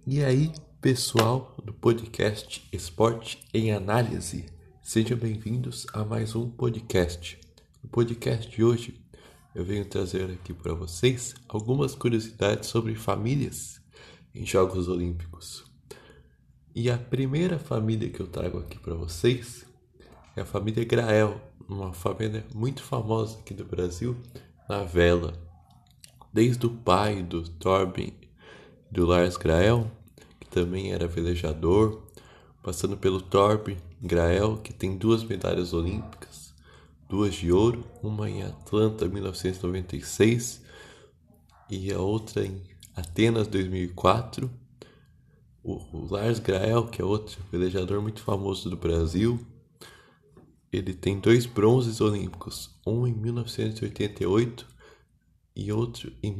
E aí, pessoal do podcast Esporte em Análise, sejam bem-vindos a mais um podcast. No podcast de hoje, eu venho trazer aqui para vocês algumas curiosidades sobre famílias em Jogos Olímpicos. E a primeira família que eu trago aqui para vocês é a família Grael, uma família muito famosa aqui do Brasil na vela. Desde o pai do Torben, do Lars Grael, que também era velejador, passando pelo Torben Grael, que tem 2 medalhas olímpicas, 2 de ouro, uma em Atlanta 1996 e a outra em Atenas 2004. O Lars Grael, que é outro velejador muito famoso do Brasil, ele tem 2 bronzes olímpicos, um em 1988 e outro em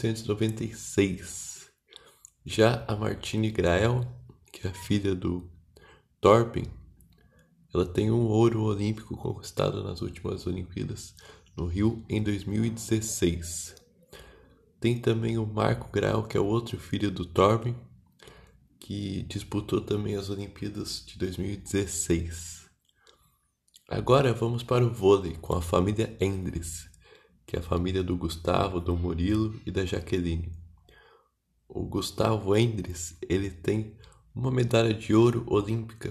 1996. Já a Martine Grael, que é a filha do Torben, ela tem um ouro olímpico conquistado nas últimas Olimpíadas no Rio em 2016. Tem também o Marco Grael, que é o outro filho do Torben, que disputou também as Olimpíadas de 2016. Agora vamos para o vôlei com a família Endres, que é a família do Gustavo, do Murilo e da Jaqueline. O Gustavo Endres, ele tem uma medalha de ouro olímpica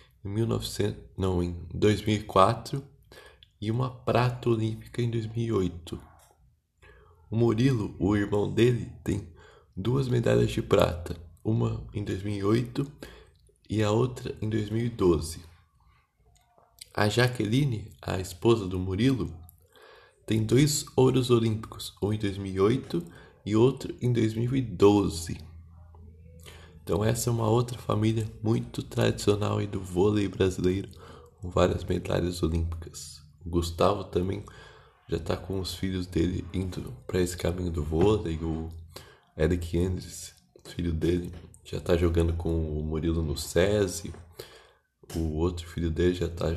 em 2004 e uma prata olímpica em 2008. O Murilo, o irmão dele, tem 2 medalhas de prata, uma em 2008 e a outra em 2012. A Jaqueline, a esposa do Murilo, tem 2 ouros olímpicos, um em 2008 e outro em 2012. Então essa é uma outra família muito tradicional aí do vôlei brasileiro, com várias medalhas olímpicas. O Gustavo também já está com os filhos dele indo para esse caminho do vôlei. O Eric Endres, filho dele, já está jogando com o Murilo no SESI. O outro filho dele já está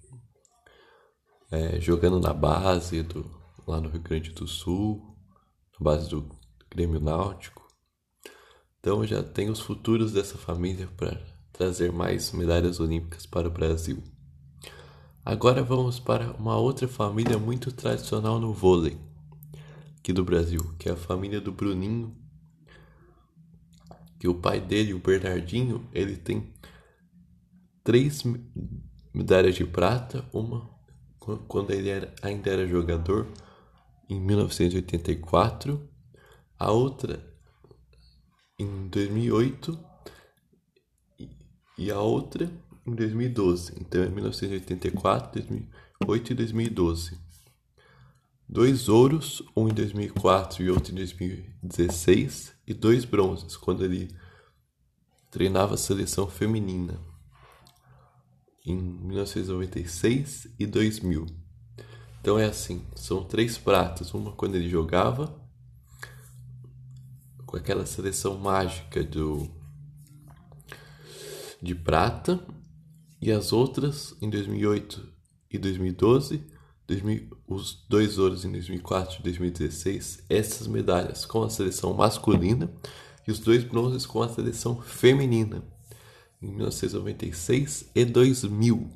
jogando na base lá no Rio Grande do Sul, na base do Grêmio Náutico. Então já tem os futuros dessa família para trazer mais medalhas olímpicas para o Brasil. Agora vamos para uma outra família muito tradicional no vôlei aqui do Brasil, que é a família do Bruninho, que o pai dele, o Bernardinho, ele tem 3 medalhas de prata, uma quando ele ainda era jogador, em 1984, a outra em 2008 e a outra em 2012. Então é 1984, 2008 e 2012. 2 ouros, um em 2004 e outro em 2016, e 2 bronzes, quando ele treinava a seleção feminina, em 1996 e 2000. Então é assim, são 3 pratas, uma quando ele jogava, com aquela seleção mágica de prata, e as outras em 2008 e 2012, os 2 ouros em 2004 e 2016, essas medalhas com a seleção masculina e os 2 bronzes com a seleção feminina, em 1996 e 2000.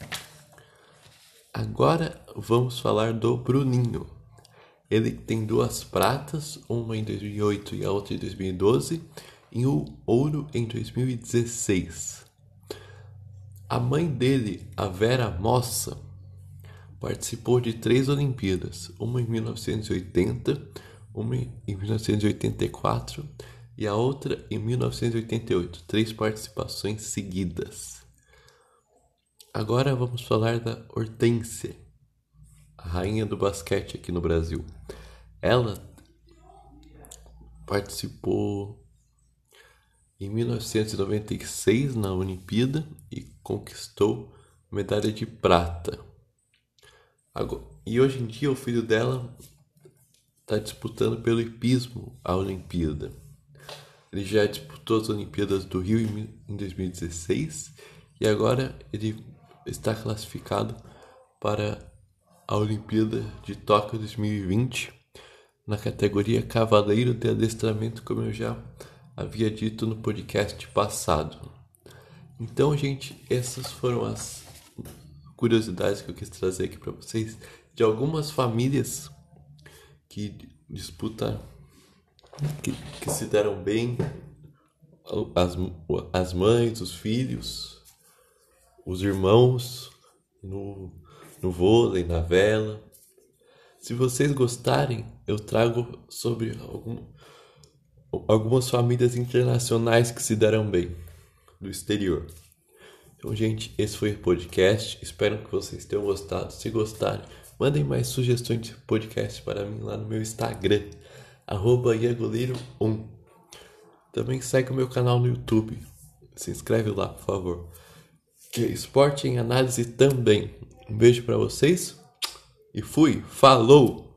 Agora vamos falar do Bruninho. Ele tem 2 pratas, uma em 2008 e a outra em 2012, e um ouro em 2016. A mãe dele, a Vera Mossa, participou de 3 Olimpíadas, uma em 1980, uma em 1984 e a outra em 1988. 3 participações seguidas. Agora vamos falar da Hortência, a rainha do basquete aqui no Brasil. Ela participou em 1996 na Olimpíada e conquistou medalha de prata. E hoje em dia o filho dela está disputando pelo hipismo a Olimpíada. Ele já disputou as Olimpíadas do Rio em 2016 e agora ele está classificado para a Olimpíada de Tóquio 2020 na categoria Cavaleiro de Adestramento, como eu já havia dito no podcast passado. Então, gente, essas foram as curiosidades que eu quis trazer aqui para vocês de algumas famílias que disputam, que se deram bem, as mães, os filhos, os irmãos no vôlei, na vela. Se vocês gostarem, eu trago sobre algumas famílias internacionais que se deram bem do exterior. Então, gente, esse foi o podcast. Espero que vocês tenham gostado. Se gostarem, mandem mais sugestões de podcast para mim lá no meu Instagram, @iagoleiro1. Também segue o meu canal no YouTube. Se inscreve lá, por favor. Que é Esporte em Análise também. Um beijo para vocês e fui. Falou!